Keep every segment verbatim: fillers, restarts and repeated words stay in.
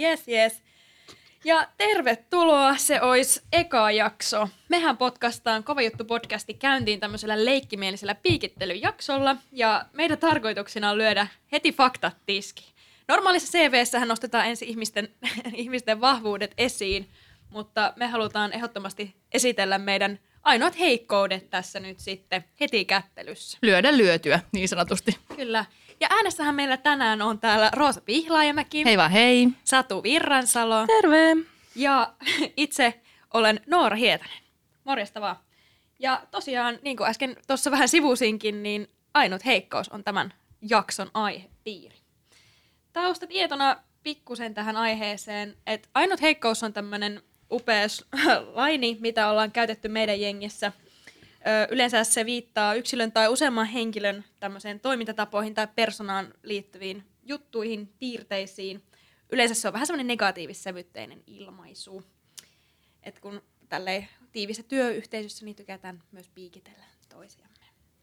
Jes, jes. Ja tervetuloa, se olisi eka jakso. Mehän podcastaan Kova Juttu podcasti käyntiin tämmöisellä leikkimielisellä piikittelyjaksolla, ja meidän tarkoituksena on lyödä heti faktat tiski. Normaalissa C V:ssähän nostetaan ensin ihmisten, ihmisten vahvuudet esiin, mutta me halutaan ehdottomasti esitellä meidän ainoat heikkoudet tässä nyt sitten heti kättelyssä. Lyödä lyötyä, niin sanotusti. Kyllä. Ja äänessähän meillä tänään on täällä Roosa Pihlaajamäki. Hei vaan hei. Satu Virransalo. Terve. Ja itse olen Noora Hietanen. Morjesta vaan. Ja tosiaan, niin kuin äsken tuossa vähän sivusinkin, niin ainut heikkous on tämän jakson aihepiiri. Taustatietona pikkusen tähän aiheeseen, että ainut heikkous on tämmöinen upea laini, mitä ollaan käytetty meidän jengissä. Ö, yleensä se viittaa yksilön tai useamman henkilön tämmöiseen toimintatapoihin tai persoonaan liittyviin juttuihin, piirteisiin. Yleensä se on vähän semmoinen negatiivissävytteinen ilmaisu. Et kun tälleen tiivissä työyhteisössä niin tykätään myös piikitellä toisiamme.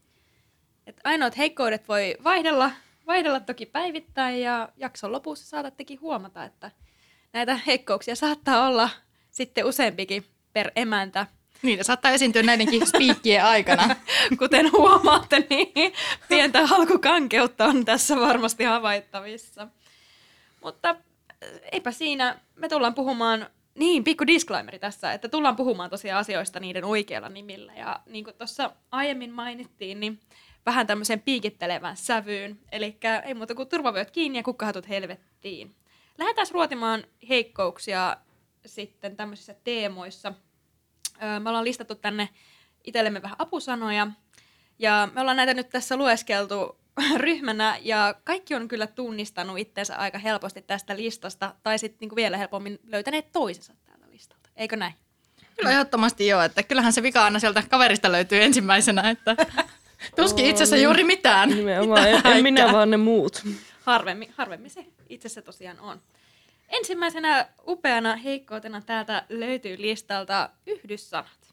Et ainoat heikkoudet voi vaihdella, vaihdella toki päivittäin, ja jakson lopussa saatattekin huomata, että näitä heikkouksia saattaa olla sitten useampikin per emäntä. Niitä saattaa esiintyä näidenkin spiikkien aikana. Kuten huomaatte, niin pientä alkukankeutta on tässä varmasti havaittavissa. Mutta eipä siinä, me tullaan puhumaan, niin pikku disclaimeri tässä, että tullaan puhumaan tosiaan asioista niiden oikealla nimillä. Ja niin kuin tuossa aiemmin mainittiin, niin vähän tämmöisen piikittelevän sävyyn. Eli ei muuta kuin turvavyöt kiinni ja kukkahatut helvettiin. Lähdetään ruotimaan heikkouksia sitten tämmöisissä teemoissa. Me ollaan listattu tänne itsellemme vähän apusanoja, ja me ollaan näitä nyt tässä lueskeltu ryhmänä, ja kaikki on kyllä tunnistanut itsensä aika helposti tästä listasta, tai sitten niinku vielä helpommin löytäneet toisensa täältä listalta. Eikö näin? Kyllä ehdottomasti joo, että kyllähän se vika aina sieltä kaverista löytyy ensimmäisenä, että tuskin itsessä juuri mitään. Nimenomaan, en, en minä vaan ne muut. Harvemmin, harvemmin se itse se tosiaan on. Ensimmäisenä upeana heikkoutena täältä löytyy listalta yhdyssanat.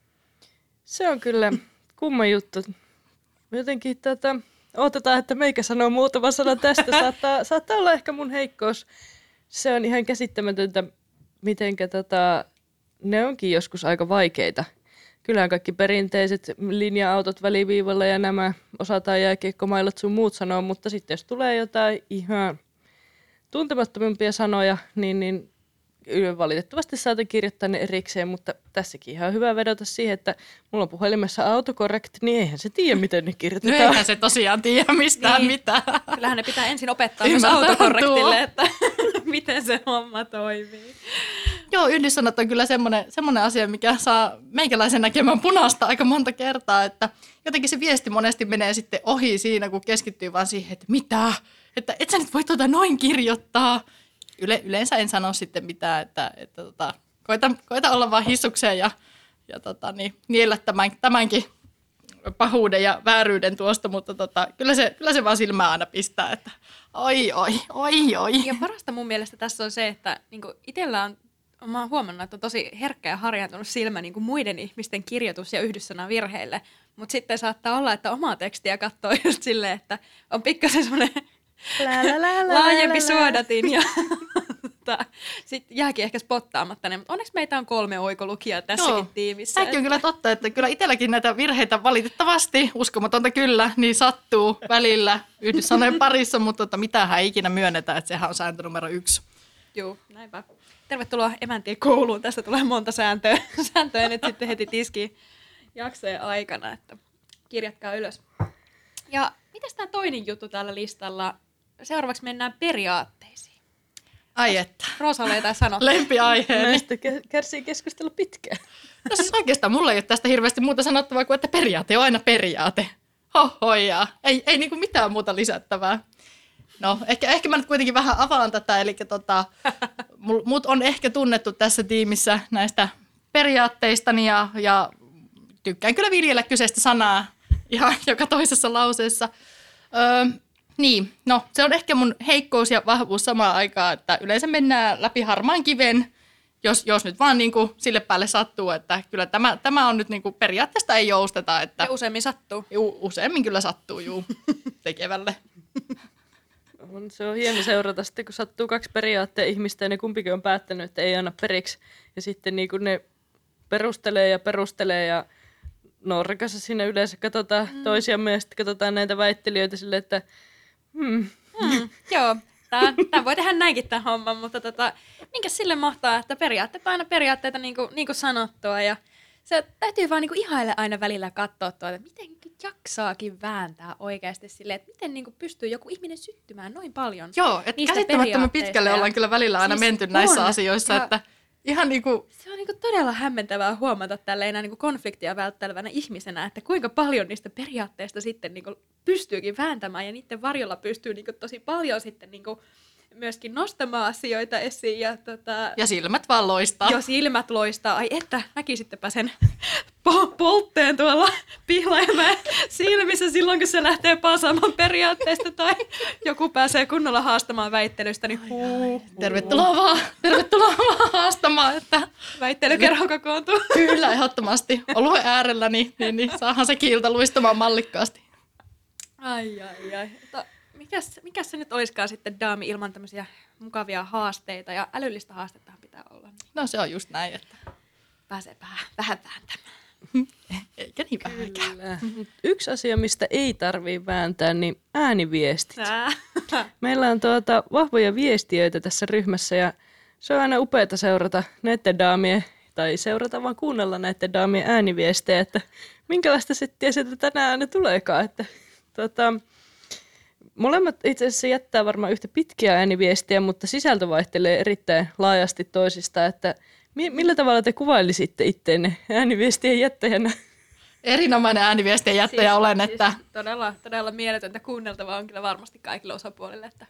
Se on kyllä kumma juttu. Jotenkin tätä, odotetaan, että meikä sanoo muutama sana tästä. Saattaa, saattaa olla ehkä mun heikkous. Se on ihan käsittämätöntä, mitenkä tätä, ne onkin joskus aika vaikeita. Kyllähän kaikki perinteiset linja-autot väliviivalla ja nämä osataan jääkiekkomailat sun muut sanoa, mutta sitten jos tulee jotain ihan tuntemattomimpia sanoja, niin, niin valitettavasti saatan kirjoittaa ne erikseen, mutta tässäkin ihan hyvä vedota siihen, että mulla on puhelimessa autocorrect, niin eihän se tiedä, miten ne kirjoitetaan. No eihän se tosiaan tiedä mistään niin mitään. Kyllähän ne pitää ensin opettaa myös autocorrectille, että miten se homma toimii. Joo, yhdyssanat on kyllä semmoinen, semmoinen asia, mikä saa meikäläisen näkemään punaista aika monta kertaa, että jotenkin se viesti monesti menee sitten ohi siinä, kun keskittyy vaan siihen, että mitä? Että et sä nyt voi tuota noin kirjoittaa. Yle, yleensä en sano sitten mitään, että, että tota, koita, koita olla vaan hissukseen ja, ja tota, niin, niellä tämän, tämänkin pahuuden ja vääryyden tuosta, mutta tota, kyllä, se, kyllä se vaan silmää aina pistää, että oi, oi, oi, oi. Ja parasta mun mielestä tässä on se, että niinku itsellä on, mä oon huomannut, että on tosi herkkä ja harjaantunut silmä niinku muiden ihmisten kirjoitus- ja yhdyssanvirheille, mutta sitten saattaa olla, että omaa tekstiä katsoo just silleen, että on pikkasen semmoinen laajempi suodatin ja sitten jääkin ehkä spottaamatta ne, mutta onneksi meitä on kolme oikolukijaa tässäkin Joo, tiimissä. Tämäkin on kyllä totta, että kyllä itselläkin näitä virheitä valitettavasti, uskomatonta kyllä, niin sattuu välillä yhdyssanojen parissa, mutta tota, mitähän ei ikinä myönnetä, että sehän on sääntö numero yksi. Joo, näinpä. Tervetuloa emäntien kouluun. Tästä tulee monta sääntöä, sääntöä nyt sitten heti tiskiin jaksojen aikana, että kirjatkaa ylös. Ja mitäs tämä toinen juttu täällä listalla? Seuraavaksi mennään periaatteisiin. Ai että. Roosa oli jotain sanottu. Lempiaiheeni. Näistä kärsii keskustella pitkään. No siis oikeastaan mulla ei ole tästä hirveästi muuta sanottavaa kuin, että periaate on aina periaate. Hohojaa. Ei, ei niinku mitään muuta lisättävää. No, ehkä, ehkä mä nyt kuitenkin vähän avaan tätä, eli tota, mut on ehkä tunnettu tässä tiimissä näistä periaatteistani ja, ja tykkään kyllä viljellä kyseistä sanaa ihan joka toisessa lauseessa. Öö, niin, no se on ehkä mun heikkous ja vahvuus samaan aikaan, että yleensä mennään läpi harmaan kiven, jos, jos nyt vaan niin kuin sille päälle sattuu, että kyllä tämä, tämä on nyt niin kuin periaatteesta ei jousteta. Että ja useammin sattuu. Juu, useammin kyllä sattuu, juu, tekevälle. On, se on hieno seurata sitten, kun sattuu kaksi periaatteen ihmistä ja ne kumpikin on päättänyt, että ei anna periksi. Ja sitten niin kuin ne perustelee ja perustelee ja Nooran kanssa siinä yleensä katsotaan mm. toisiamme ja sitten katsotaan näitä väittelijöitä silleen, että hmm. Mm, joo, tämä voi tehdä näinkin tämän homman, mutta tota, minkä sille mahtaa, että periaatteet on aina periaatteita niin kuin, niin kuin sanottua ja se täytyy vaan niin kuin ihailla aina välillä katsoa tuota, että miten jaksaakin vääntää oikeasti silleen, että miten niin kuin pystyy joku ihminen syttymään noin paljon. Joo, että käsittämättömän pitkälle ja ollaan kyllä välillä aina siis menty näissä on. asioissa, ja että ihan niinku se on niinku todella hämmentävää huomata tällä enää niinku konfliktia välttelevänä ihmisenä, että kuinka paljon niistä periaatteista sitten niinku pystyykin vääntämään ja niiden varjolla pystyy niinku tosi paljon sitten niinku myöskin nostamaan asioita esiin. Ja, tota, ja silmät vaan loistaa. Jo silmät loistaa. Ai että, näkisittepä sen po- poltteen tuolla Pihlajamäen silmissä silloin, kun se lähtee paasaamaan periaatteesta tai joku pääsee kunnolla haastamaan väittelystä. Niin huu, tervetuloa vaan, tervetuloa vaan haastamaan. Että väittelykerho kokoontuu. Kyllä, ehdottomasti. Oluen äärellä, niin, niin, niin saahan se kiiltä luistamaan mallikkaasti. Ai, ai, ai. Mutta mikäs, mikäs se nyt olisikaan sitten daami ilman tämmöisiä mukavia haasteita ja älyllistä haastettahan pitää olla. No se on just näin, että pääsee vähän, vähän vääntämään. Eikä niin vähänkään. Yksi asia, mistä ei tarvitse vääntää, niin ääniviestit. Meillä on tuota vahvoja viestiöitä tässä ryhmässä ja se on aina upeata seurata näiden daamien, tai seurata vaan kuunnella näiden daamien ääniviestejä, että minkälaista settiä sieltä tänään aina tuleekaan. Että, tuota, molemmat itse asiassa jättää varmaan yhtä pitkiä ääniviestiä, mutta sisältö vaihtelee erittäin laajasti toisista, että millä tavalla te kuvailisitte itteenne ääniviestien jättäjänä? Erinomainen ääniviestien jättäjä siis, olen, että siis todella, todella mieletöntä kuunneltavaa on kyllä varmasti kaikille osapuolille, että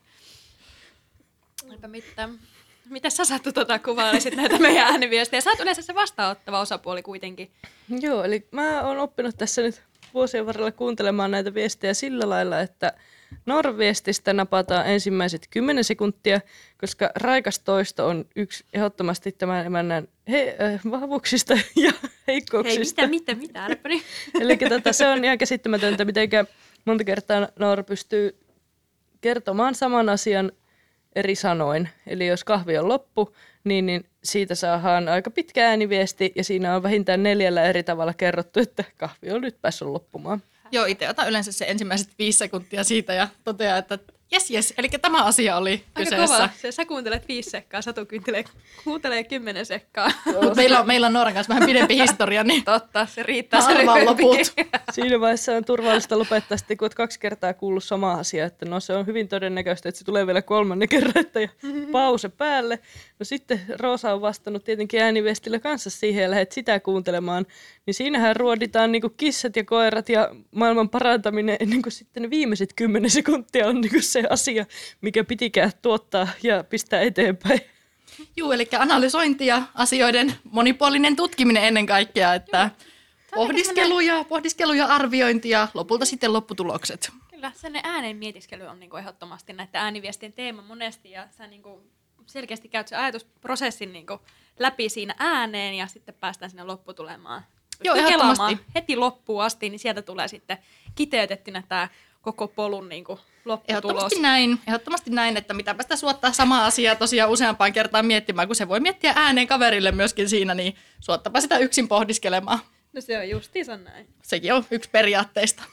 eipä mitään. Miten sä Satu tota kuvailisit näitä meidän ääniviestejä? Sä oot yleensä se vastaanottava osapuoli kuitenkin. Joo, eli mä oon oppinut tässä nyt vuosien varrella kuuntelemaan näitä viestejä sillä lailla, että Noora-viestistä napataan ensimmäiset kymmenen sekuntia, koska raikas toisto on yksi ehdottomasti tämän emännän he, äh, vahvuuksista ja heikkouksista. Hei, mitä, mitä, mitä, äläpä niin. Eli tota, se on ihan käsittämätöntä, miten monta kertaa Noora pystyy kertomaan saman asian eri sanoin. Eli jos kahvi on loppu, niin, niin siitä saadaan aika pitkä ääniviesti ja siinä on vähintään neljällä eri tavalla kerrottu, että kahvi on nyt päässyt loppumaan. Joo, itse otan yleensä se ensimmäiset viisi sekuntia siitä ja totean, että jes, jes, eli tämä asia oli aika kyseessä. Aika kova. Sä kuuntelet viisi sekkaa, Satu kuuntelee, kuuntelee kymmenen sekkaa. meillä, on, meillä on Nooran kanssa vähän pidempi historia, niin totta, se riittää se loput. Siinä vaiheessa on turvallista lopettaa sitten, kun olet kaksi kertaa kuullut sama asia, että no se on hyvin todennäköistä, että se tulee vielä kolmannen kerran, että ja pause päälle. No sitten Roosa on vastannut tietenkin ääniviestillä kanssa siihen ja lähdet sitä kuuntelemaan, niin siinähän ruoditaan niin kuin kissat ja koirat ja maailman parantaminen ennen kuin sitten ne viimeiset kymmenen sekuntia on niin kuin se asia, mikä pitikään tuottaa ja pistää eteenpäin. Joo, eli analysointi ja asioiden monipuolinen tutkiminen ennen kaikkea, että pohdiskelu ja, pohdiskelu ja arviointi ja lopulta sitten lopputulokset. Kyllä, sen ääneen mietiskely on niinku ehdottomasti näiden ääniviestien teema monesti ja sä niinku selkeästi käyt sen ajatusprosessin niinku läpi siinä ääneen ja sitten päästään sinne lopputulemaan. Joo, ehdottomasti. Heti loppuun asti, niin sieltä tulee sitten kiteytettynä tämä koko polun niinku lopputulos. Ehdottomasti näin, ehdottomasti näin, että mitäpä sitä suottaa samaa asiaa tosiaan useampaan kertaan miettimään, kun se voi miettiä ääneen kaverille myöskin siinä, niin suottapa sitä yksin pohdiskelemaan. No se on justiinsa näin. Sekin on yksi periaatteista.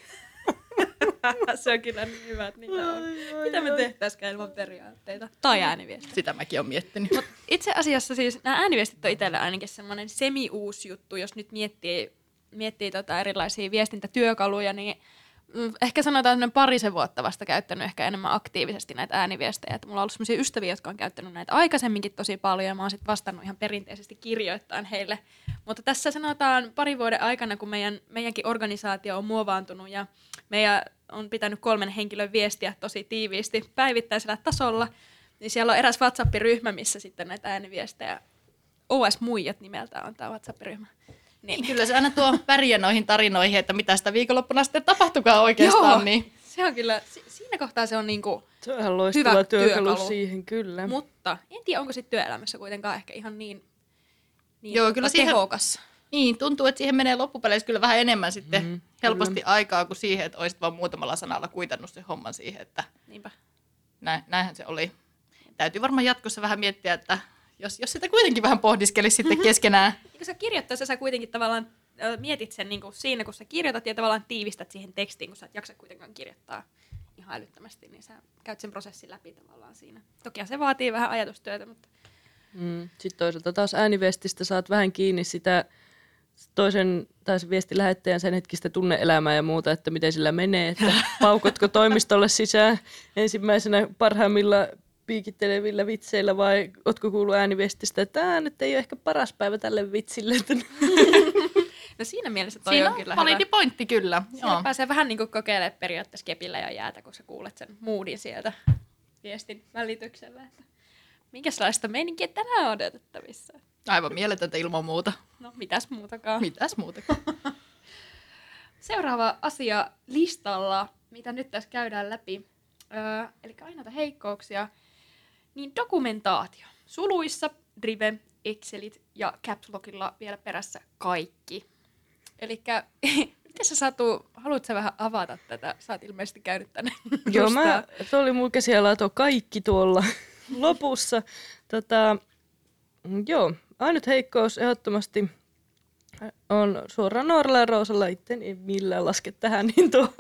Se on kyllä niin hyvä, että niitä on. Mitä me tehtäisikään ilman periaatteita? Tai ääniviestit. Sitä mäkin olen miettinyt. Mut itse asiassa siis nämä ääniviestit on itselle ainakin semmoinen semi-uusi juttu, jos nyt miettii, miettii tota erilaisia viestintätyökaluja, niin ehkä sanotaan, että parisen vuotta vasta käyttänyt ehkä enemmän aktiivisesti näitä ääniviestejä. Että mulla on ollut sellaisia ystäviä, jotka on käyttänyt näitä aikaisemminkin tosi paljon ja mä oon sitten vastannut ihan perinteisesti kirjoittain heille. Mutta tässä sanotaan parin vuoden aikana, kun meidän, meidänkin organisaatio on muovaantunut ja meidän on pitänyt kolmen henkilön viestiä tosi tiiviisti päivittäisellä tasolla, niin siellä on eräs WhatsApp-ryhmä, missä sitten näitä ääniviestejä, O S-muijat nimeltään on tämä WhatsApp-ryhmä. Niin. Kyllä se aina tuo väriä noihin tarinoihin, että mitä sitä viikonloppuna sitten tapahtukaan oikeastaan. Joo, niin. Se on kyllä, siinä kohtaa se on niinku se on ihan loistava hyvä työkalu, työkalu siihen, kyllä. Mutta en tiedä, onko sitten työelämässä kuitenkaan ehkä ihan niin, niin Joo, kyllä tehokas. Siihen, niin, tuntuu, että siihen menee loppupeleissä kyllä vähän enemmän sitten mm, helposti kyllä. aikaa kuin siihen, että olisit vaan muutamalla sanalla kuitannut sen homman siihen. Että Niinpä. Näin, näinhän se oli. Täytyy varmaan jatkossa vähän miettiä, että jos, jos sitä kuitenkin vähän pohdiskelisi sitten keskenään. Kun sä kirjoittaessa sä kuitenkin tavallaan ö, mietit sen niin kuin siinä, kun sä kirjoitat ja tavallaan tiivistät siihen tekstiin, kun sä et jaksa kuitenkaan kirjoittaa ihan älyttömästi, niin sä käyt sen prosessin läpi tavallaan siinä. Toki se vaatii vähän ajatustyötä, mutta... Mm. Sitten toisaalta taas ääniviestistä saat vähän kiinni sitä toisen tai se viesti lähettäjän sen hetkistä tunne-elämää ja muuta, että miten sillä menee, että paukotko toimistolle sisään ensimmäisenä parhaimmilla piikittelevillä vitseillä vai ootko kuullut ääniviestistä, että tämä nyt ei ole ehkä paras päivä tälle vitsille. No siinä mielessä toi Siinä on on kyllä validi hyvä. pointti kyllä. Siellä Joo. pääsee vähän niin kuin kokeilemaan periaatteessa kepillä ja jäätä, kun sä kuulet sen moodin sieltä viestin välityksellä. Että minkälaista meininkiä tänään on odotettavissa? Aivan mieletöntä ilman muuta. No, mitäs muutakaan. Mitäs muuta? Seuraava asia listalla, mitä nyt tässä käydään läpi, öö, eli aina heikkouksia, niin dokumentaatio. Suluissa, Drive, Excelit ja Caps Lockilla vielä perässä kaikki. Eli miten sä Satu, haluatko sä vähän avata tätä? Sä oot ilmeisesti käynyt tänne. Joo, mä, se oli mun käsialato kaikki tuolla lopussa. Tota, joo, ainut heikkous ehdottomasti on suoraan Nooralla ja Roosalla, itse ei millään laske tähän, niin tuo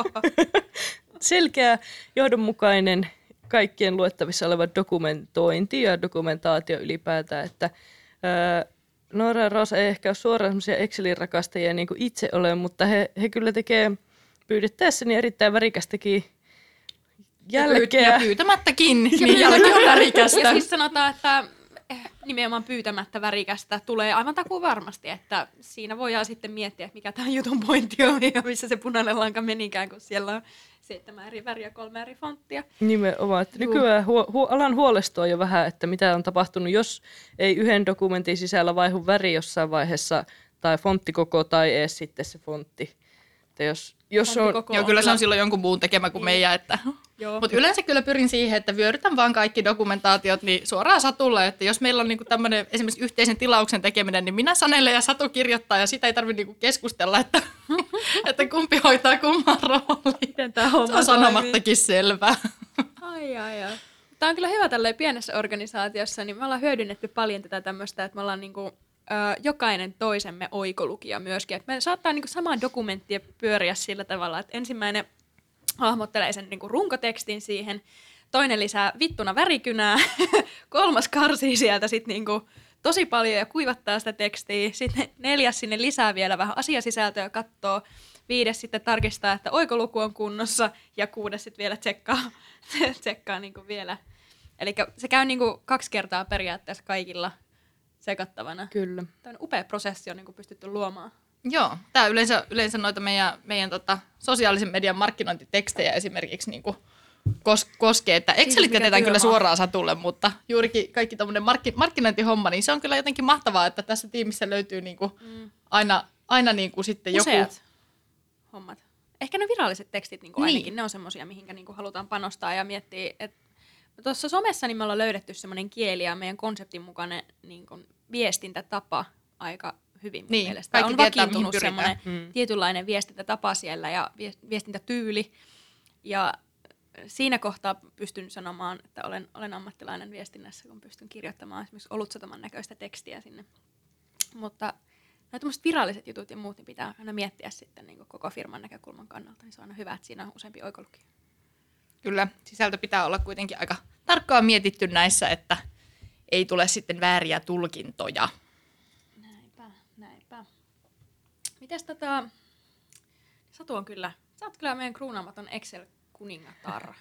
selkeä, johdonmukainen, kaikkien luettavissa oleva dokumentointi ja dokumentaatio ylipäätään, että ää, Noora ja Roosa ei ehkä ole suoraan semmoisia Excelin rakastajia niin kuin itse olen, mutta he, he kyllä tekee pyydettäessäni erittäin värikästäkin jälkeä. Ja pyytämättäkin, niin jälki on värikästä. Ja siis sanotaan, että nimenomaan pyytämättä värikästä tulee aivan takuu varmasti, että siinä voidaan sitten miettiä, mikä tämä jutun pointti on ja missä se punainen lanka menikään, kun siellä on seitsemän eri väriä, kolme eri fonttia. Nimenomaan, että nykyään huo, huo, alan huolestua jo vähän, että mitä on tapahtunut, jos ei yhden dokumentin sisällä vaihu väri jossain vaiheessa, tai fonttikoko, tai edes sitten se fontti. Että jos, jos on, joo, kyllä se on silloin jonkun muun tekemä kuin meidän. Että. Mutta yleensä kyllä pyrin siihen, että vyörytän vaan kaikki dokumentaatiot niin suoraan Satulle, että jos meillä on niinku tämmöinen esimerkiksi yhteisen tilauksen tekeminen, niin minä sanelen ja Satu kirjoittaa ja sitä ei tarvitse niinku keskustella, että, että kumpi hoitaa kumman roolin. Se on sanomattakin selvää. Ai, ai, ai. Tämä on kyllä hyvä tälleen pienessä organisaatiossa, niin me ollaan hyödynnetty paljon tätä tämmöistä, että me ollaan niinku, ö, jokainen toisemme oikolukija myöskin. Että me saattaa niinku samaa dokumenttia pyöriä sillä tavalla, että ensimmäinen hahmottelee sen niinku runkotekstin siihen, toinen lisää vittuna värikynää, kolmas karsii sieltä sit niinku tosi paljon ja kuivattaa sitä tekstiä, sitten neljäs sinne lisää vielä vähän asiasisältöä kattoo, viides sitten tarkistaa, että oikoluku on kunnossa ja kuudes sitten vielä tsekkaa, tsekkaa niinku vielä. Eli se käy niinku kaksi kertaa periaatteessa kaikilla sekattavana. Kyllä. Tämä on upea prosessi on niinku pystytty luomaan. Joo, tämä yleensä, yleensä noita meidän, meidän tota, sosiaalisen median markkinointitekstejä esimerkiksi niinku kos, koskee, että Excelit jätetään kyllä suoraan Satulle, mutta juurikin kaikki tämmöinen markki, markkinointihomma, niin se on kyllä jotenkin mahtavaa, että tässä tiimissä löytyy niinku mm. aina, aina niinku sitten joku... Useat hommat. Ehkä ne viralliset tekstit niinku niin. ainakin, ne on semmoisia, mihinkä niinku halutaan panostaa ja miettiä, että tuossa somessa niin me ollaan löydetty semmoinen kieli ja meidän konseptin mukainen niin kuin viestintätapa aika hyvin mun niin, mielestä. On tietää, vakiintunut semmoinen mm. tietynlainen viestintätapa siellä ja viestintätyyli. Ja siinä kohtaa pystyn sanomaan, että olen, olen ammattilainen viestinnässä, kun pystyn kirjoittamaan esimerkiksi olutsataman näköistä tekstiä sinne. Mutta nämä tämmöiset viralliset jutut ja muut niin pitää aina miettiä sitten niin kuin koko firman näkökulman kannalta. Niin se on aina hyvä, että siinä on useampi oikolukija. Kyllä, sisältö pitää olla kuitenkin aika tarkkaan mietitty näissä, että ei tule sitten vääriä tulkintoja. Näinpä, näinpä. Mites tota, Satu on kyllä, sä oot kyllä meidän kruunaamaton Excel-kuningatar.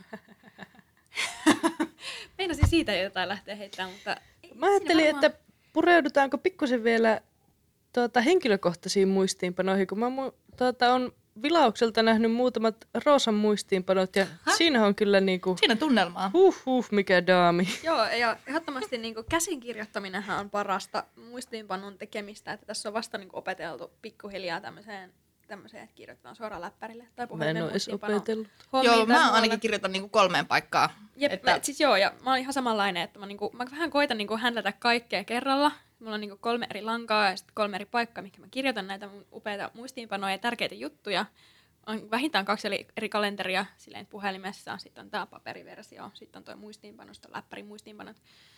Meinasin siitä jotain lähteä heittämään, mutta... Mä ajattelin, varmaan... että pureudutaanko pikkusen vielä tuota, henkilökohtaisiin muistiinpanoihin, kun mä mu- tuota, on vilaukselta nähnyt muutamat Roosan muistiinpanot ja Häh? Siinä on kyllä niinku... Siinä on tunnelmaa. Huh huh, mikä daami. Joo, ja ehdottomasti niinku käsinkirjoittaminenhan on parasta muistiinpanon tekemistä, että tässä on vasta niinku opeteltu pikkuhiljaa tämmöiseen, tämmöiseen, että kirjoitetaan suoraan läppärille tai puhelimeen. Mä en ole edes opetellut. Joo, mä ainakin kirjoitan niinku kolmeen paikkaan. Jep, että... mä, siis joo, ja mä oon ihan samanlainen, että mä, niinku, mä vähän koitan niinku händlätä kaikkea kerralla. Mulla on niinku kolme eri lankaa ja sitten kolme eri paikkaa, mihin mä kirjoitan näitä mun upeita muistiinpanoja ja tärkeitä juttuja. on vähintään kaksi eri, eri kalenteria silleen puhelimessa. Sitten on tämä paperiversio, sitten on tuo muistiinpano, sitten on läppärin muistiinpanot,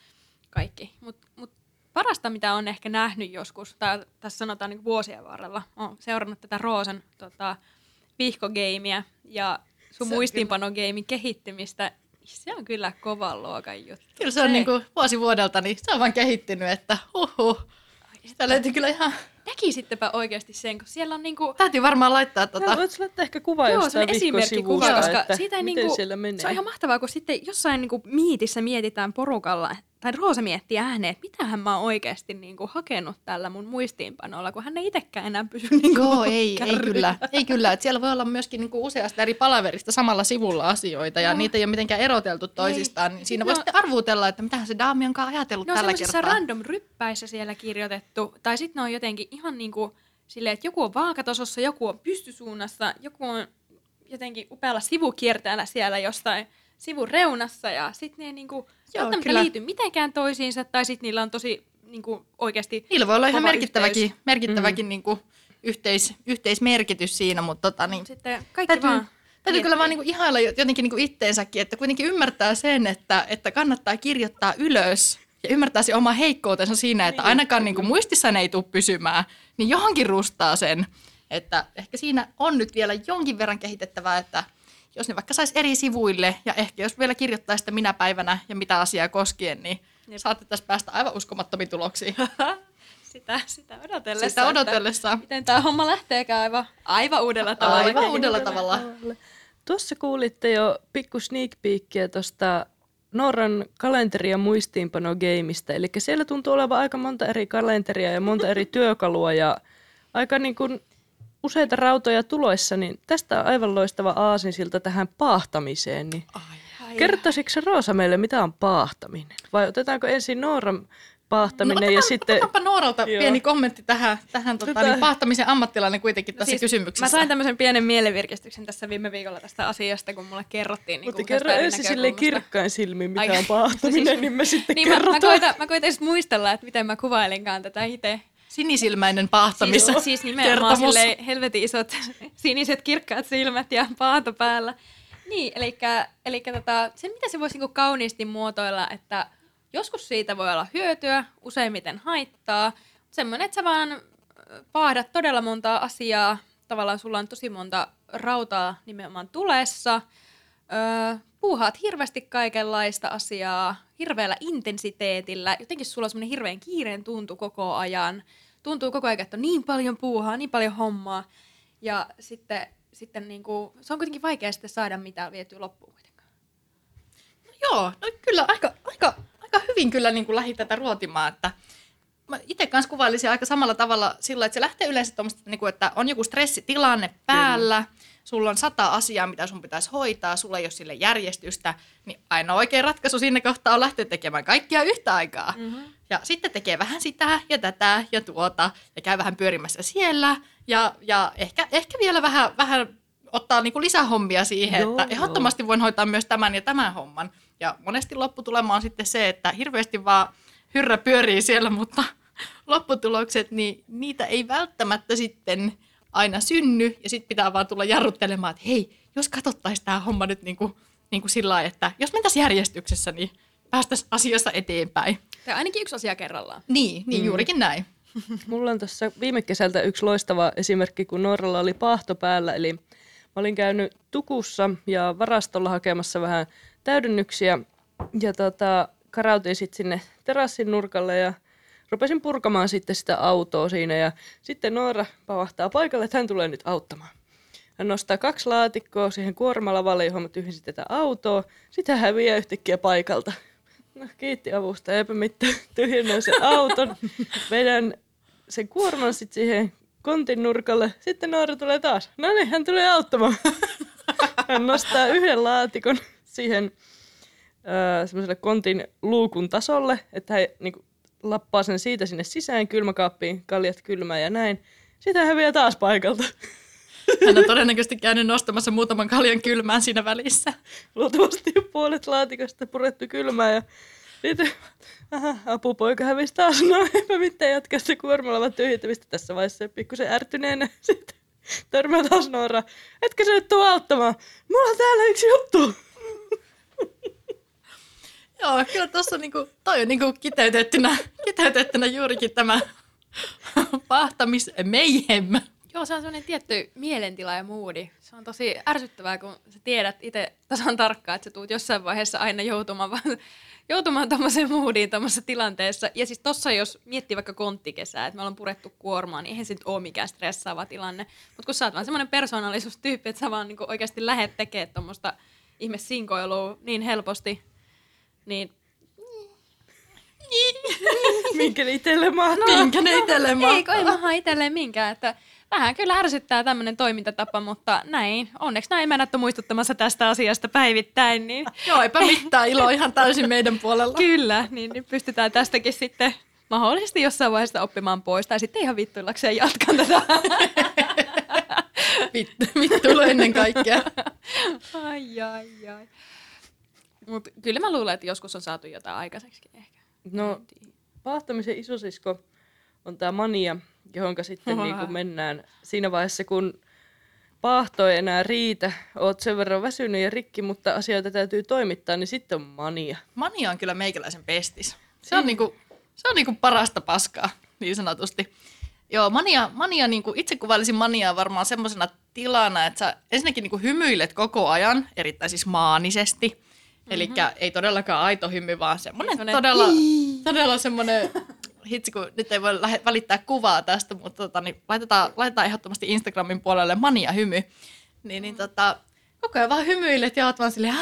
kaikki. Mutta mut parasta, mitä on ehkä nähnyt joskus, tai tässä sanotaan niin vuosien varrella, olen seurannut tätä Roosan tota, vihkogeimiä ja sun muistiinpanogeimin kehittymistä. Se on kyllä kovan luokan juttu. Kyllä se on se... niin kuin vuosi vuodelta, niin se on vaan kehittynyt, että huhhuh. Sitä löytyy kyllä ihan... Näkisittepä oikeasti sen, kun siellä on niinku... Täytyy varmaan laittaa tota... No, voitko laittaa ehkä kuva Joo, jostain esimerkkikuva, vihkosivusta, koska että siitä ei miten niinku... siellä menee. Se on ihan mahtavaa, kun sitten jossain niinku miitissä mietitään porukalla, tai Roosa miettii ääneen, että mitähän mä oon oikeasti niinku hakenut tällä mun muistiinpanolla, kun hän ei itsekään enää pysy niinku Joo, ei, ei kyllä. Ei kyllä. Et siellä voi olla myöskin niinku useasta eri palaverista samalla sivulla asioita, ja no. niitä ei ole mitenkään eroteltu toisistaan. Niin siinä no. voi sitten arvuutella, että mitähän se daami onkaan ajatellut no, tällä kertaa. No random ryppäissä siellä kirjoitettu, tai sitten ne on jotenkin ihan niinku silleen, että joku on vaakatasossa, joku on pystysuunnassa, joku on jotenkin upealla sivukierteellä siellä jostain sivun reunassa, ja sitten ne ei niinku välttämättä liity mitenkään toisiinsa, tai sitten niillä on tosi niinku oikeasti... Niillä voi olla ihan merkittäväkin, yhteys. merkittäväkin mm. niinku yhteis, yhteismerkitys siinä, mutta tota, niin, sitten kaikki täytyy, vaan... Täytyy kyllä vaan niinku ihailla jotenkin niinku itteensäkin, että kuitenkin ymmärtää sen, että, että kannattaa kirjoittaa ylös ja ymmärtää se oma heikkoutensa siinä, että ainakaan niinku muistissaan ei tule pysymään, niin johonkin rustaa sen. Että ehkä siinä on nyt vielä jonkin verran kehitettävää, että jos ne vaikka saisi eri sivuille ja ehkä jos vielä kirjoittaa sitä minä päivänä ja mitä asiaa koskien, niin Jep. saatte tässä päästä aivan uskomattomiin tuloksiin. sitä, sitä odotellessa. Sitä odotellessa. Miten tämä homma lähteekään aivan, aivan uudella tavalla. Aivan uudella tavalla. Tuossa kuulitte jo pikku sneak peekkiä tuosta Nooran kalenteri- ja muistiinpanogeimistä. Eli siellä tuntuu olevan aika monta eri kalenteria ja monta eri työkalua ja aika niin kuin useita rautoja tuloissa, niin tästä on aivan loistava aasinsilta tähän paahtamiseen. Niin kertoisitko se Roosa meille, mitä on paahtaminen? Vai otetaanko ensin Nooran paahtaminen no, otetaan, ja sitten... Otetaanpa Nooralta joo. pieni kommentti tähän, tähän tota, niin paahtamisen ammattilainen kuitenkin tässä siis, kysymyksessä. Mä sain tämmöisen pienen mielivirkistyksen tässä viime viikolla tästä asiasta, kun mulle kerrottiin. Niin mutta kerro ensin silleen kirkkain silmin, mitä Ai, on paahtaminen, siis, niin me sitten niin kerrotaan. Mä, mä, koitan, mä koitan sitten muistella, että miten mä kuvailinkaan tätä itse. Sinisilmäinen paahtamis. Siis, siis nimenomaan silleen helvetin isot siniset kirkkaat silmät ja paato päällä. Niin, elikkä, elikkä tota, se mitä se voisi niinku kauniisti muotoilla, että joskus siitä voi olla hyötyä, useimmiten haittaa. Semmoinen, että sä vaan paahdat todella montaa asiaa. Tavallaan sulla on tosi monta rautaa nimenomaan tulessa. Öö, puuhaat hirveästi kaikenlaista asiaa, hirveällä intensiteetillä. Jotenkin sulla on semmoinen hirveän kiireen tuntu koko ajan. Tuntuu koko ajan, että on niin paljon puuhaa, niin paljon hommaa. Ja sitten, sitten niinku, se on kuitenkin vaikea sitten saada mitään vietyä loppuun kuitenkaan. No joo, no kyllä aika, aika, aika hyvin kyllä niin kuin lähdin tätä ruotimaan. Että mä itse kanssa kuvailisin aika samalla tavalla sillä, että se lähtee yleensä tuommoista, että on joku stressitilanne päällä. Kyllä. Sulla on sata asiaa, mitä sun pitäisi hoitaa, sulla ei ole sille järjestystä, niin ainoa oikea ratkaisu siinä kohtaa on lähteä tekemään kaikkia yhtä aikaa. Mm-hmm. Ja sitten tekee vähän sitä ja tätä ja tuota ja käy vähän pyörimässä siellä ja, ja ehkä, ehkä vielä vähän, vähän ottaa niinku lisähommia siihen, joo, että ehdottomasti voin hoitaa myös tämän ja tämän homman. Ja monesti lopputulema on sitten se, että hirveästi vaan hyrrä pyörii siellä, mutta lopputulokset, niin niitä ei välttämättä sitten aina synny, ja sitten pitää vaan tulla jarruttelemaan, että hei, jos katsottaisiin tämä homma nyt niin kuin, niin kuin sillä lailla, että jos mentäisiin järjestyksessä, niin päästäisiin asiassa eteenpäin. Tai ainakin yksi asia kerrallaan. Niin, niin mm. juurikin näin. Mulla on tässä viime kesältä yksi loistava esimerkki, kun Nooralla oli paahto päällä, eli mä olin käynyt Tukussa ja varastolla hakemassa vähän täydennyksiä, ja tota, karautin sitten sinne terassin nurkalle, ja rupesin purkamaan sitten sitä autoa siinä ja sitten Noora pavahtaa paikalle, että hän tulee nyt auttamaan. Hän nostaa kaksi laatikkoa siihen kuormalavalle, johon mä tyhjensin tätä autoa. Sitten hän häviää yhtäkkiä paikalta. No kiitti avusta, eipä mitään. Tyhjennän sen auton, vedän sen kuorman sitten siihen kontin nurkalle. Sitten Noora tulee taas. No niin, hän tulee auttamaan. Hän nostaa yhden laatikon siihen äh, semmoiselle kontin luukun tasolle, että hän niinku lappaa sen siitä sinne sisään kylmäkaappiin, kaljat kylmää ja näin. Sitten hän häviää taas paikalta. Hän on todennäköisesti käynyt nostamassa muutaman kaljan kylmään siinä välissä. Luultavasti jo puolet laatikosta purettu kylmää ja sitten aha, apupoika hävisi taas. No eipä mitään jatkaa se kuormalavan tyhjentämistä tässä vaiheessa pikkusen ärtyneenä. Sitten Törmää taas Noora. Etkö sä nyt tuu auttamaan? Mulla on täällä yksi juttu. Joo, kyllä tuossa niinku, toi on niinku kiteytettynä, kiteytettynä juurikin tämä pahtamismeihem. Joo, se on semmoinen tietty mielentila ja moodi. Se on tosi ärsyttävää, kun sä tiedät itse tasan tarkkaan, että sä tuut jossain vaiheessa aina joutumaan, joutumaan tommoseen moodiin tommosessa tilanteessa. Ja siis tossa, jos miettii vaikka konttikesää, että me ollaan purettu kuormaa, niin eihän se nyt ole mikään stressaava tilanne. Mutta kun sä oot vaan semmoinen persoonallisuustyyppi, että sä vaan niinku oikeasti lähet tekemään tommoista ihme sinkoilua niin helposti, niin Minkä ne itelle mahtaa? Minkä ne itelle mahtaa? ei, kun ei maha itselleen minkään, että vähän kyllä ärsyttää tämmöinen toimintatapa, mutta näin. Onneksi näin emännät on muistuttamassa tästä asiasta päivittäin, niin Joo, eipä mitään, ilo ihan täysin meidän puolella. kyllä, niin, niin pystytään tästäkin sitten mahdollisesti jossain vaiheessa oppimaan pois, tai sitten ihan vittuillakseen jatkan tätä. Vittu, vittuilu ennen kaikkea. ai, ai, ai. Mutta kyllä mä luulen, että joskus on saatu jotain aikaiseksi ehkä. No, pahtamisen isosisko on tämä mania, johonka sitten Oha. niin kuin mennään siinä vaiheessa, kun paahto ei enää riitä, oot sen verran väsynyt ja rikki, mutta asioita täytyy toimittaa, niin sitten on mania. Mania on kyllä meikäläisen pestis. Se on, niinku, se on niinku parasta paskaa, niin sanotusti. Joo, mania, mania niinku, itse kuvailisin maniaa varmaan semmoisena tilana, että sä ensinnäkin niinku hymyilet koko ajan, erittäin siis maanisesti. Mm-hmm. Eli ei todellakaan aito hymy, vaan semmoinen Semmoinen todella, todella semmoinen, hitsi kun nyt ei voi lähe, välittää kuvaa tästä, mutta tota, niin laitetaan, laitetaan ehdottomasti Instagramin puolelle mania hymy. Niin, niin tota, koko ajan vaan hymyilet ja oot vaan silleen,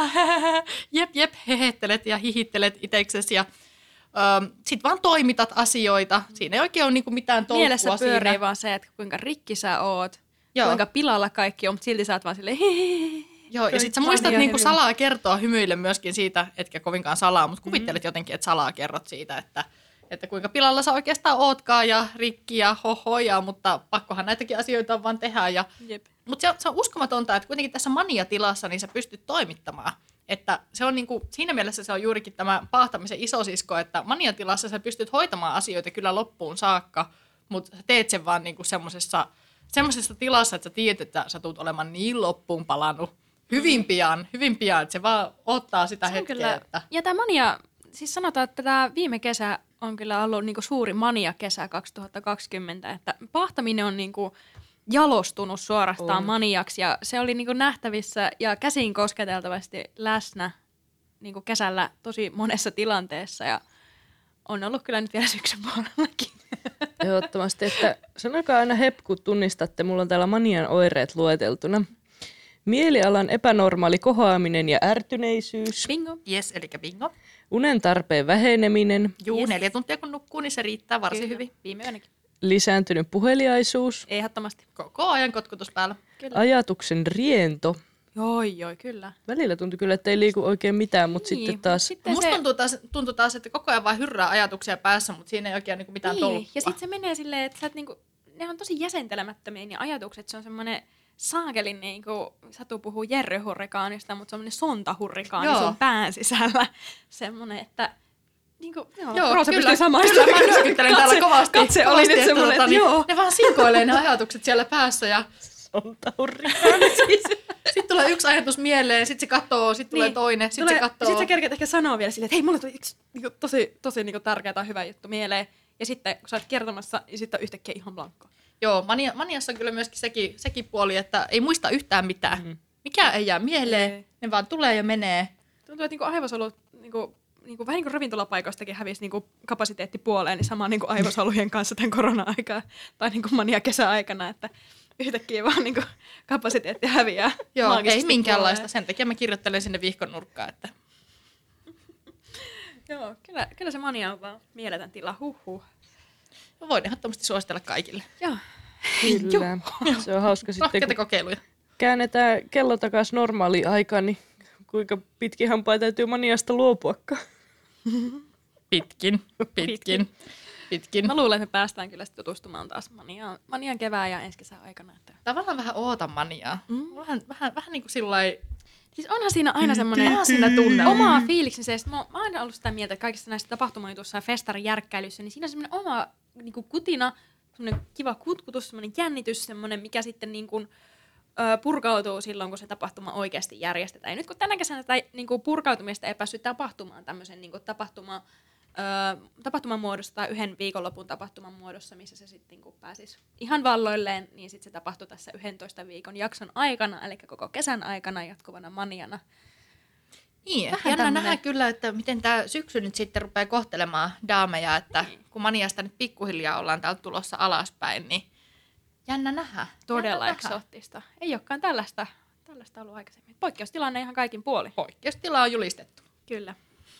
jep jep, hehettelet ja hihittelet itseksesi ja öö, sit vaan toimitat asioita. Siinä ei oikein ole niinku mitään tolkkua Mielessä pyörii siinä. vaan se, että kuinka rikki sä oot, Joo. kuinka pilalla kaikki on, mutta silti sä oot vaan silleen Joo, ja sit sä Mania muistat niinku hymy. salaa kertoa hymyille myöskin siitä, etkä kovinkaan salaa, mutta kuvittelet jotenkin, että salaa kerrot siitä, että, että kuinka pilalla sä oikeastaan ootkaan ja rikki ja hohoja, mutta pakkohan näitäkin asioita vaan tehdä. Ja, Jep. mutta se, se on uskomatonta, että kuitenkin tässä mania-tilassa niin sä pystyt toimittamaan. Että se on niinku, siinä mielessä se on juurikin tämä paahtamisen isosisko, että mania-tilassa sä pystyt hoitamaan asioita kyllä loppuun saakka, mutta sä teet sen vaan niinku semmosessa, semmosessa tilassa, että sä tiedät, että sä tulet olemaan niin loppuun palannut. Hyvin pian, hyvin pian, että se vaan ottaa sitä Se on hetkeä. kyllä, Että... ja tämä mania, siis sanotaan, että tämä viime kesä on kyllä ollut niinku suuri mania-kesä kaksituhattakaksikymmentä, että pahtaminen on niinku jalostunut suorastaan On. maniaksi ja se oli niinku nähtävissä ja käsin kosketeltavasti läsnä niinku kesällä tosi monessa tilanteessa ja on ollut kyllä nyt vielä syksyn puolellakin. Ehdottomasti, että sanokaa aina hep, kun tunnistatte, mulla on täällä manian oireet lueteltuna. Mielialan epänormaali kohoaminen ja ärtyneisyys, Bingo. Yes, eli bingo. unen tarpeen väheneminen, Juu, Yes. neljä tuntia kun nukkuu, niin se riittää varsin Kyllä. hyvin. Viime yönäkin. lisääntynyt puheliaisuus, Ehdottomasti. Koko ajan kotkutus päällä. Kyllä. ajatuksen riento. Joo, joo, kyllä. Välillä tuntui kyllä, että ei liiku oikein mitään, mutta Niin, sitten mut taas sitten Musta se- tuntuu taas, tuntuu taas, että koko ajan vaan hyrrää ajatuksia päässä, mutta siinä ei oikein niinku mitään Niin, tolkkua. ja sitten se menee silleen, että sä et niinku, ne on tosi jäsentelemättömiä ne ajatukset. Se on semmoinen saakelin, niinku, Satu puhuu Jerry-hurrikaanista, mutta semmoinen sontahurrikaani Joo. sun pään sisällä. Semmoinen, että niinku, joo, Joo, Roosa kyllä, pystyy samaistumaan. kyllä, mä nyökyttelen täällä kovasti. Katse oli kovasti, nyt että semmoinen, tota, että niin, joo. Ne vaan sinkoilee ne ajatukset siellä päässä ja sontahurrikaani siis. sitten tulee yksi ajatus mieleen, sitten se katsoo, sitten tulee toinen, sitten se katsoo. Sitten sä kerkeät ehkä sanoa vielä silleen, että hei, mulle tuli yksi niinku, tosi, tosi niinku, tärkeä tai hyvä juttu mieleen. Ja sitten kun sä oot kertomassa, niin sitten on yhtäkkiä ihan blankko. Joo, mania, maniassa on kyllä myöskin sekin, sekin puoli, että ei muista yhtään mitään. Mm-hmm. Mikä ei jää mieleen, Ei. ne vaan tulee ja menee. Tuntuu, että niinku aivosolut, niinku, niinku, vähän niin kuin ravintolapaikoistakin hävisi niinku kapasiteetti puoleen, niin sama niinku aivosolujen kanssa tämän korona-aikaa tai niinku mania kesäaikana, että yhtäkkiä vaan niinku kapasiteetti häviää. Joo, maagisesti ei minkäänlaista. puoleen. Sen takia mä kirjoittelen sinne vihkon nurkkaan, että Joo, kyllä, kyllä se mania on vaan mieletön tila, huhhuh. voin ehdottomasti suositella kaikille. Joo. Kyllä, se on hauska sitten, Rohkeita kun kokeiluja. käännetään kello takaisin normaaliin aikaan, niin kuinka pitkin hampaa täytyy maniasta luopuakaan. Pitkin, pitkin, pitkin. Mä luulen, että me päästään kyllä sit tutustumaan taas maniaan, manian kevään ja ensi kesän aikana. Että... Tavallaan vähän ootan maniaa. Mm. Vähän, vähän, vähän niin kuin sillai... Siis onhan siinä aina semmoinen Onhan siinä tunne. oma fiiliksensä. Ja sit mä, mä oon aina ollut sitä mieltä, että kaikissa näissä tapahtumajutuissa ja festarin järkkäilyissä, niin siinä on semmoinen oma niinku kutina, semmoinen semmoinen kiva kutkutus, semmoinen jännitys, semmoinen, mikä sitten niin kuin, ö, purkautuu silloin, kun se tapahtuma oikeasti järjestetään. Ja nyt kun tänä kesänä tätä niin kuin purkautumista ei päässyt tapahtumaan tämmöisen niin kuin tapahtuma, ö, tapahtuman muodossa tai yhden viikonlopun tapahtuman muodossa, missä se sitten niin kuin pääsisi ihan valloilleen, niin sitten se tapahtui tässä yhdentoista viikon jakson aikana, eli koko kesän aikana jatkuvana maniana. Niin, Vähän jännä tämmönen- nähdä kyllä, että miten tämä syksy nyt sitten rupeaa kohtelemaan daameja, että Niin. kun maniasta nyt pikkuhiljaa ollaan täältä tulossa alaspäin, niin jännä nähdä. Todella Jännä nähdä. eksoottista. Ei olekaan tällaista, tällaista ollut aikaisemmin. Poikkeustilanne ihan kaikin puolin. Poikkeustila on julistettu. Kyllä.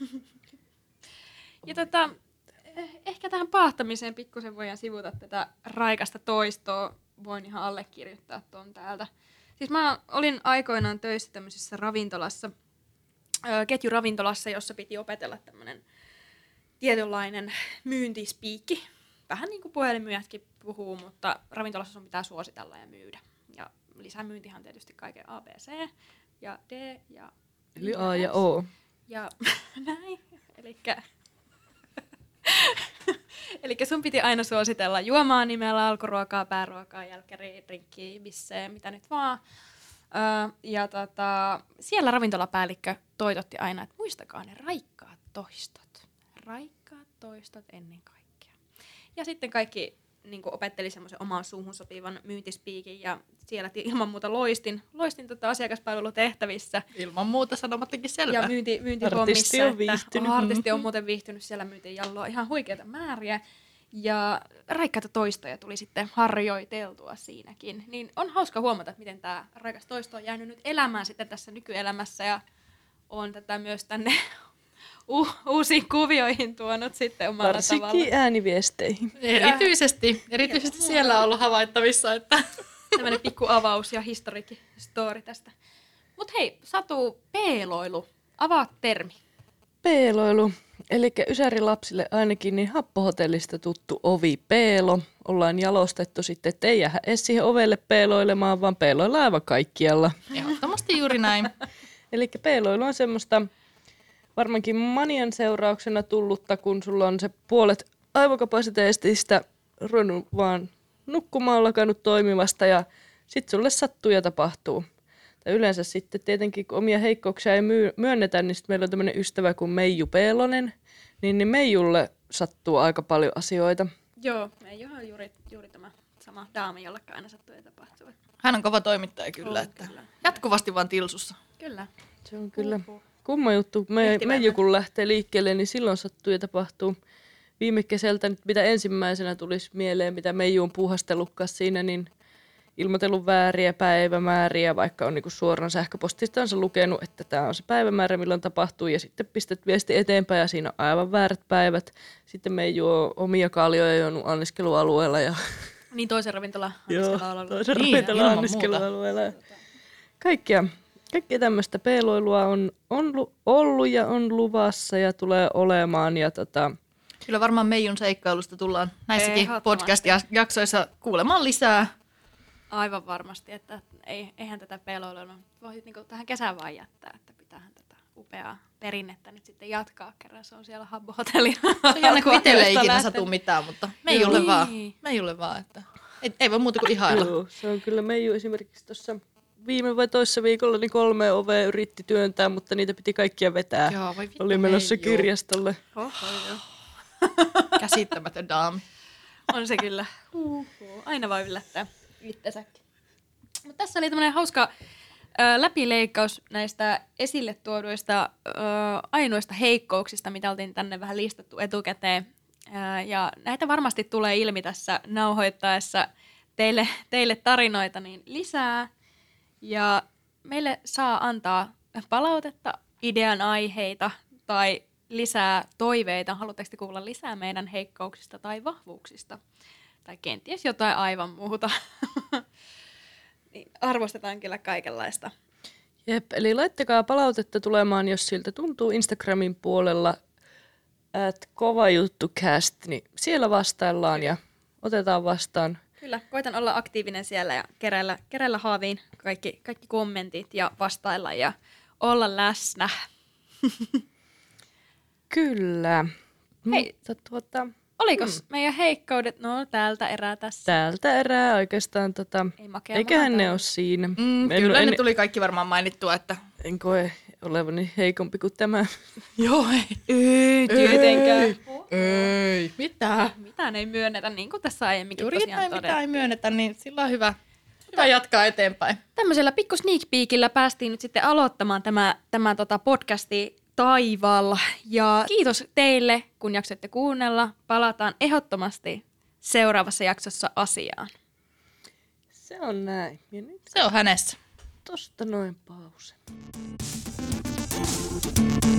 Ja tota, eh- ehkä tähän paahtamiseen pikkusen voidaan sivuta tätä raikasta toistoa. Voin ihan allekirjoittaa tuon täältä. Siis mä olin aikoinaan töissä tämmöisessä ravintolassa, ö, ketjuravintolassa, jossa piti opetella tämmöinen tietynlainen myyntispiikki. Vähän niin kuin puhelinmyyjätkin puhuu, mutta ravintolassa sun pitää suositella ja myydä. Ja lisämyyntihan on tietysti kaiken A, B, C ja D ja Eli A ja O. ja näin. Elikkä Elikkä sun piti aina suositella juomaa nimellä, alkuruokaa, pääruokaa, jälkkäriä, drinkkiä, bissejä, mitä nyt vaan. Öö, ja tota, siellä ravintolapäällikkö toitotti aina, että muistakaa ne raikkaat toistot. Raikkaat toistot ennen kaikkea. Ja sitten kaikki niin kuin opetteli semmoisen omaan suuhun sopivan myyntispiikin ja siellä ti- ilman muuta loistin, loistin tota asiakaspalvelutehtävissä. Ilman muuta sanomattakin selvä. Ja myynti, myyntihommissa. Artisti on että- viihtynyt. Oh, artisti on muuten viihtynyt, siellä myytiin jalloa ihan huikeita määriä. Ja raikkaita toistoja tuli sitten harjoiteltua siinäkin. Niin on hauska huomata, että miten tämä raikas toisto on jäänyt nyt elämään sitten tässä nykyelämässä. Ja on tätä myös tänne u- uusiin kuvioihin tuonut sitten omalla tavalla. Varsinkin ääniviesteihin. Erityisesti, erityisesti Ilman siellä on ollut havaittavissa, että Tämmöinen pikku avaus ja historiikki story tästä. Mut hei, Satu, peeloilu. Avaa termi. Peeloilu. Eli ysärilapsille ainakin niin happohotellista tuttu ovipeelo. Ollaan jalostettu sitten, että ei jäädä edes siihen ovelle peeloilemaan, vaan peeloillaan aivan kaikkialla. ehdottomasti juuri näin. Eli peeloilu on semmoista varmaankin manian seurauksena tullutta, kun sulla on se puolet aivokapasiteetista ruvennut vaan nukkumaan, lakannut toimimasta ja sitten sulle sattuu ja tapahtuu. Ja yleensä sitten tietenkin, kun omia heikkouksia ei myy- myönnetä, niin sitten meillä on tämmöinen ystävä kuin Meiju Peelonen, niin, niin Meijulle sattuu aika paljon asioita. Joo, ei ole juuri, juuri tämä sama daami, jolle aina sattuu ja tapahtuu. Hän on kova toimittaja kyllä, On, että kyllä. jatkuvasti vaan tilsussa. Kyllä. Se on kyllä Uhuh. kumma juttu. Me, Ehtiväinen. Meiju kun lähtee liikkeelle, niin silloin sattuu ja tapahtuu. Viime kesältä nyt mitä ensimmäisenä tulisi mieleen, mitä Meiju on puuhastellutkaan siinä, niin ilmoitellut vääriä päivämääriä, vaikka on niinku suoraan sähköpostistansa lukenut, että tämä on se päivämäärä, milloin tapahtuu, ja sitten pistät viesti eteenpäin, ja siinä on aivan väärät päivät. Sitten Meiju on omia kaljoja juonut anniskelualueella, ja Niin toisen ravintola. joo, anniskelualueella. toisen Niin, ravintolan ilman anniskelualueella. Kaikkea, kaikkea tämmöistä peeloilua on, on lu- ollut ja on luvassa ja tulee olemaan, ja tota, Kyllä varmaan Meijun seikkailusta tullaan näissäkin Ehdottomasti. podcast-jaksoissa kuulemaan lisää. Aivan varmasti, että ei, eihän tätä peloilua voi niinku tähän kesään vaan jättää, että pitäähän tätä upeaa perinnettä nyt sitten jatkaa, kerran se on siellä Habbo-hotellilla. Se on jännä, kun itselle ei ikinä lähtenyt. satu mitään, mutta Meijulle Niin. vaan. Meijulle vaan, että ei, ei voi muuta kuin ihailla. joo, se on kyllä Meiju esimerkiksi tuossa viime vai toissa viikolla niin kolme ovea yritti työntää, mutta niitä piti kaikkia vetää. Joo, voi vittu Oli menossa Meiju. kirjastolle. Oho, joo. Käsittämätön daami. On se kyllä. Uhuh. Aina voi yllättää itsesäkin. Mutta tässä oli tämmöinen hauska ö, läpileikkaus näistä esille tuoduista ö, ainoista heikkouksista, mitä oltiin tänne vähän listattu etukäteen. Ö, ja näitä varmasti tulee ilmi tässä nauhoittaessa teille, teille tarinoita niin lisää. Ja meille saa antaa palautetta, idean aiheita tai lisää toiveita. Haluatteko te kuulla lisää meidän heikkouksista tai vahvuuksista? Tai kenties jotain aivan muuta. Niin arvostetaan kyllä kaikenlaista. Jep, eli laittakaa palautetta tulemaan, jos siltä tuntuu Instagramin puolella at kovajuttucast, niin siellä vastaillaan ja otetaan vastaan. Kyllä, koitan olla aktiivinen siellä ja keräillä, keräillä haaviin kaikki, kaikki kommentit ja vastailla ja olla läsnä. Kyllä. Hei. Mutta tuota, olikos hmm. meidän heikkoudet? No täältä erää tässä. Täältä erää oikeastaan, tota, Ei makea eiköhän ne vähän ole siinä. Mm, En- kyllä en, ne tuli kaikki varmaan mainittua, että en koe olevani heikompi kuin tämä. joo ei. Ei tietenkään. Ei. Mitä? Mitään ei myönnetä, niin kuin tässä aiemminkin Juuri tosiaan näin, mitä todettiin. ei myönnetä, niin sillä on hyvä, hyvä jatkaa eteenpäin. Tämmöisellä pikku sneak peekillä päästiin nyt sitten aloittamaan tämä, tämä tota podcasti taivaalla. Ja kiitos teille, kun jaksoitte kuunnella. Palataan ehdottomasti seuraavassa jaksossa asiaan. Se on näin. Ja nyt Se on hänessä. tosta noin pause.